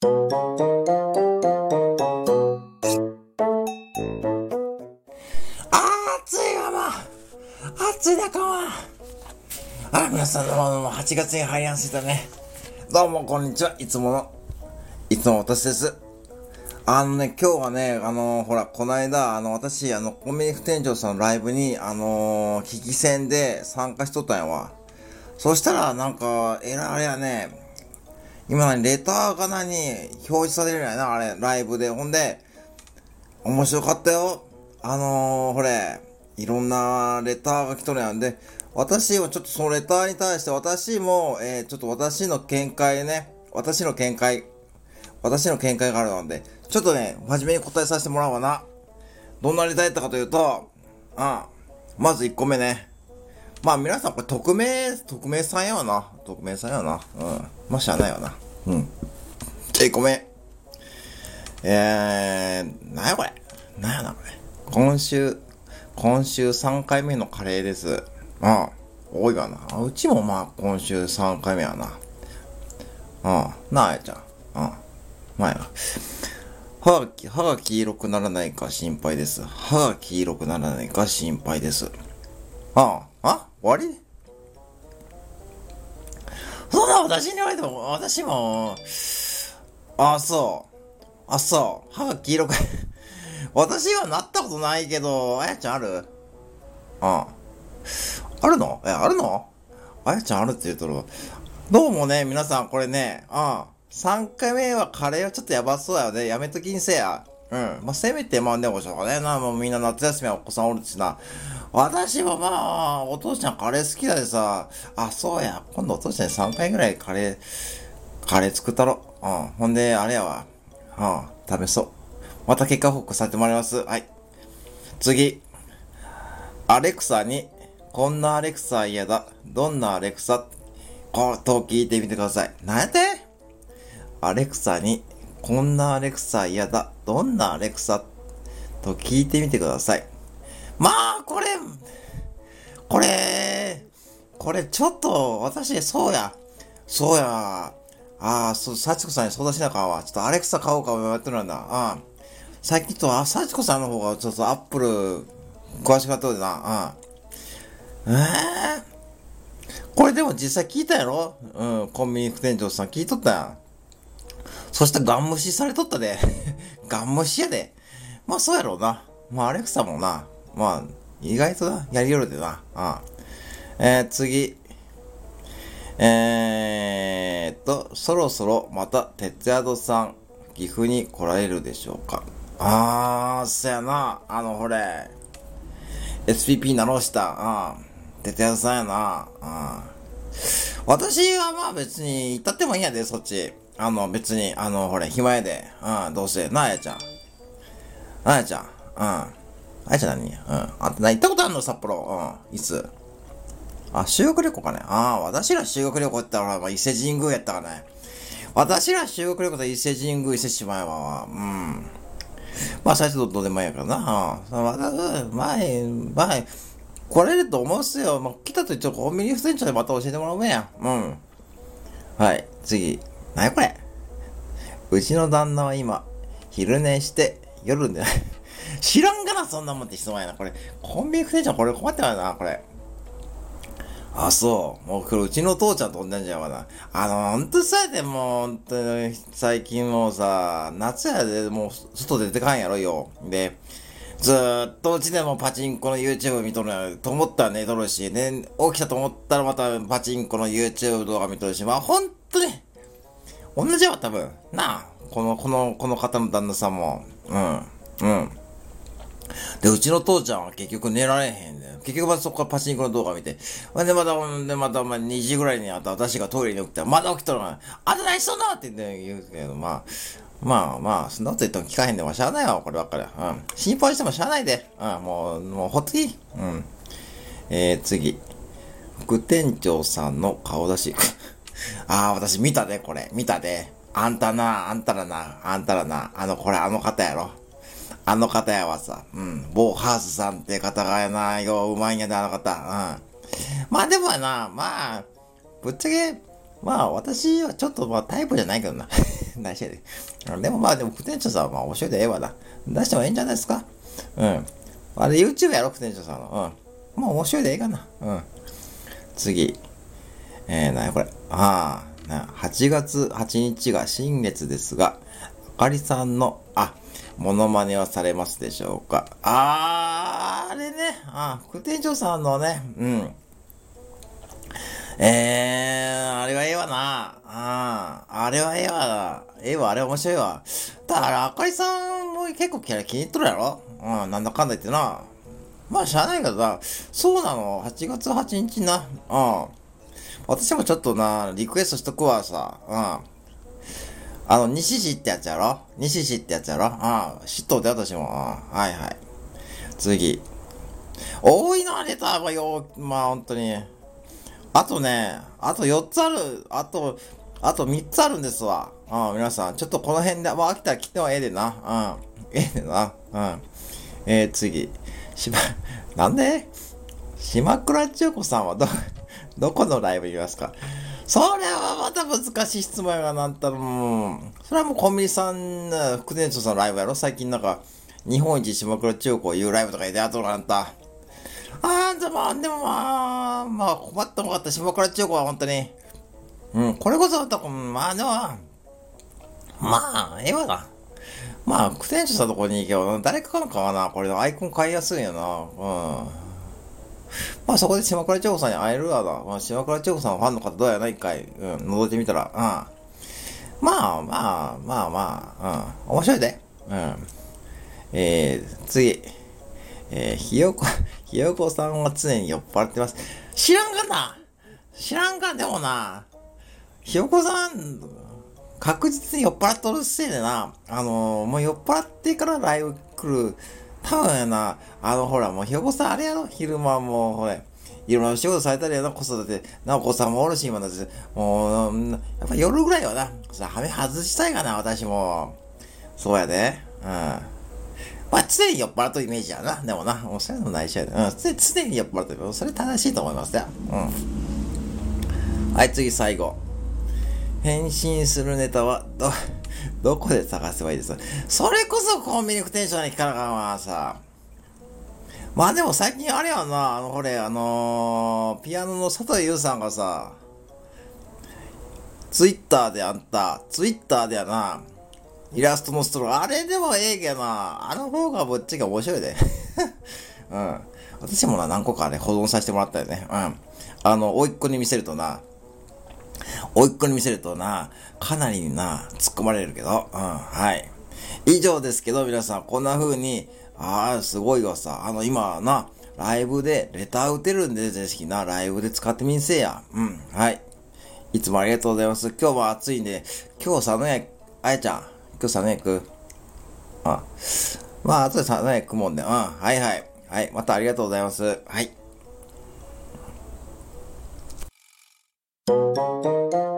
暑いわ、暑いだかま。皆さんどうも8月に入りましたね。どうもこんにちは。いつも私です。今日はね、この間、私、コンビニ副店長さんのライブに、聞き戦で参加しとったんやわ。そしたら、あれやね、今レターが表示されるんやな、あれ、ライブで。ほんで、面白かったよ。いろんなレターが来とるやんで、私はちょっとそのレターに対して私も、ちょっと私の見解があるので、ちょっとね、真面目に答えさせてもらおうかな。どんなレターやったかというと、まず1個目ね。皆さんこれ匿名さんやわな。しゃあないわな。じゃあ1個目。なんやこれ。なんやなこれ。今週3回目のカレーです。多いわな。うちも今週3回目やな。なあやちゃん。歯が黄色くならないか心配です。終わりそんな私に言われても、私も、そう。歯が黄色く、私はなったことないけど、あやちゃんある？あるの？あるの？あやちゃんあるって言うとる。どうもね、皆さんこれね、3回目はカレーはちょっとやばそうやよね。やめときにせや。せめてでもしょうがねえな。もうみんな夏休みはお子さんおるしな。私もお父ちゃんカレー好きだでさ。そうや。今度お父ちゃんに3回ぐらいカレー作ったろ。ほんで、あれやわ。食べそう。また結果報告させてもらいます。はい。次。アレクサに、こんなアレクサ嫌だ。どんなアレクサと聞いてみてください。なんやってアレクサに、こんなアレクサ嫌だ。どんなアレクサと聞いてみてください。これちょっと、私、そうや。幸子さんに相談しなあかんわ。ちょっとアレクサ買おうかもやってるんだ。最近幸子さんの方がちょっとアップル詳しかったでな。これでも実際聞いたやろ？コンビニ副店長さん聞いとったやん。そしたらガン無視されとったで。ガン無視やで。そうやろうな。アレクサもな。意外とな、やりよるでな。次。そろそろまた、哲也さん、岐阜に来られるでしょうか。そやな。SPP なろうした。哲也さんやな。私は別に行ったってもいいんやで、そっち。別に、暇やで。どうせ。なあやちゃん。あやちゃん。あやちゃん何？あんた行ったことあんの札幌。いつ？修学旅行かね。私ら修学旅行って言ったら、伊勢神宮やったかね。私ら修学旅行で伊勢神宮、伊勢志摩やわ。最初どうでもいいやからな。来れると思うっすよ。来たとちょっとコンビニ副店長でまた教えてもらうめや。はい、次。なにこれ？うちの旦那は今、昼寝して、夜寝、知らんがな、そんなもんって質問やな。これ、コンビニ副店長これ困ってないな、これ。そう。もうこれうちの父ちゃんと同じやわな。ほんとさ、でも、ほんと最近もうさ、夏やでもう外出てかんやろよ。で、ずーっとうちでもパチンコの YouTube 見とるやと思ったら寝とるし、ね、起きたと思ったらまたパチンコの YouTube 動画見とるし、ほんとね、同じやわ、多分。なあ、この方の旦那さんも。で、うちの父ちゃんは結局寝られへんで。結局そこからパチンコの動画見て。また2時ぐらいに私がトイレに起きたら、まだ起きとるな。あんた何しとんのって言うけど、そんなこと言っても聞かへんでもしゃあないわ、こればっかり。心配してもしゃあないで。もうほっとき。次。副店長さんの顔出し。私見たで、これ。見たで。あんたらな、これあの方やろ。あの方やわさ。ボーハースさんって方がやな、うまいんやで、あの方。でもやな、ぶっちゃけ、私はちょっとタイプじゃないけどな。 内緒やで。でもまあ、でも、副店長さんはまあ面白いでええわな。出してもええんじゃないですか。うん。あれ、YouTube やろ、副店長さんの。うん。もう面白いでええかな。うん。次。なにこれ。8月8日が新月ですが、あかりさんの、モノマネはされますでしょうか。あれね。副店長さんのね、うん。あれはええわな。あれはええわな。ええわ、あれ面白いわ。だから、あかりさんも結構キャラ気に入っとるやろ。なんだかんだ言ってな。まあ、しゃあないけどな。そうなの。8月8日な。私もちょっとな、リクエストしとくわさ。西市ってやつやろ。西市ってやつやろ。知っとって私も。はいはい。次。多いな、ネタがよ。まあ、本当に。あとね、あと4つある。あと3つあるんですわ。皆さん、ちょっとこの辺で、飽きたら来てもええでな。ええでな。次。なんで島倉千代子さんはどこのライブにいますか？それはまた難しい質問やがなんたらそれはもうコンビニさん、副店長さんのライブやろ最近なんか、日本一島倉千代子を言うライブとかでやっとるかなんた。でも困ったもんかった島倉千代子は本当に。これこそでも、ええわな。副店長さんのとこに行けば、誰かかな、これのアイコン変えやすいよな。そこで島倉千代子さんに会えるわな。島倉千代子さんファンの方どうやないかい。覗いてみたら。面白いで。次。ひよこさんは常に酔っ払ってます。知らんかな知らんかでもな。ひよこさん、確実に酔っ払っとるせいでな、もう酔っ払ってからライブ来る、多分やな、ほら、もうひよこさんあれやろ昼間もう、ほれ、いろんな仕事されたりやな、子育て、なお子さんもおるし、今だって、もう、やっぱ夜ぐらいはな、はめ外したいかな、私も。そうやで。常に酔っ払っとるイメージやな。でもな、もうそういうのないしやで。常に酔っ払っとる。それ正しいと思いますよ。はい、次最後。返信するネタは、どこで探せばいいですか？それこそコンビニテンションに聞かなかわさ。でも最近あれやな、ピアノの佐藤優さんがさ、ツイッターでやな、イラストのストロー、あれでもええけどな、あの方がぼっちが面白いで。私もな、何個かね、保存させてもらったよね。甥っ子に見せるとな、かなりな、突っ込まれるけど、はい。以上ですけど、皆さん、こんな風に、すごいわさ、今な、ライブでレター打てるんで、ぜひな、ライブで使ってみんせや。はい。いつもありがとうございます。今日は暑いんで、今日佐野屋、あやちゃん、今日佐野屋行く？後で佐野屋行くもんで、はいはい。はい、またありがとうございます。はい。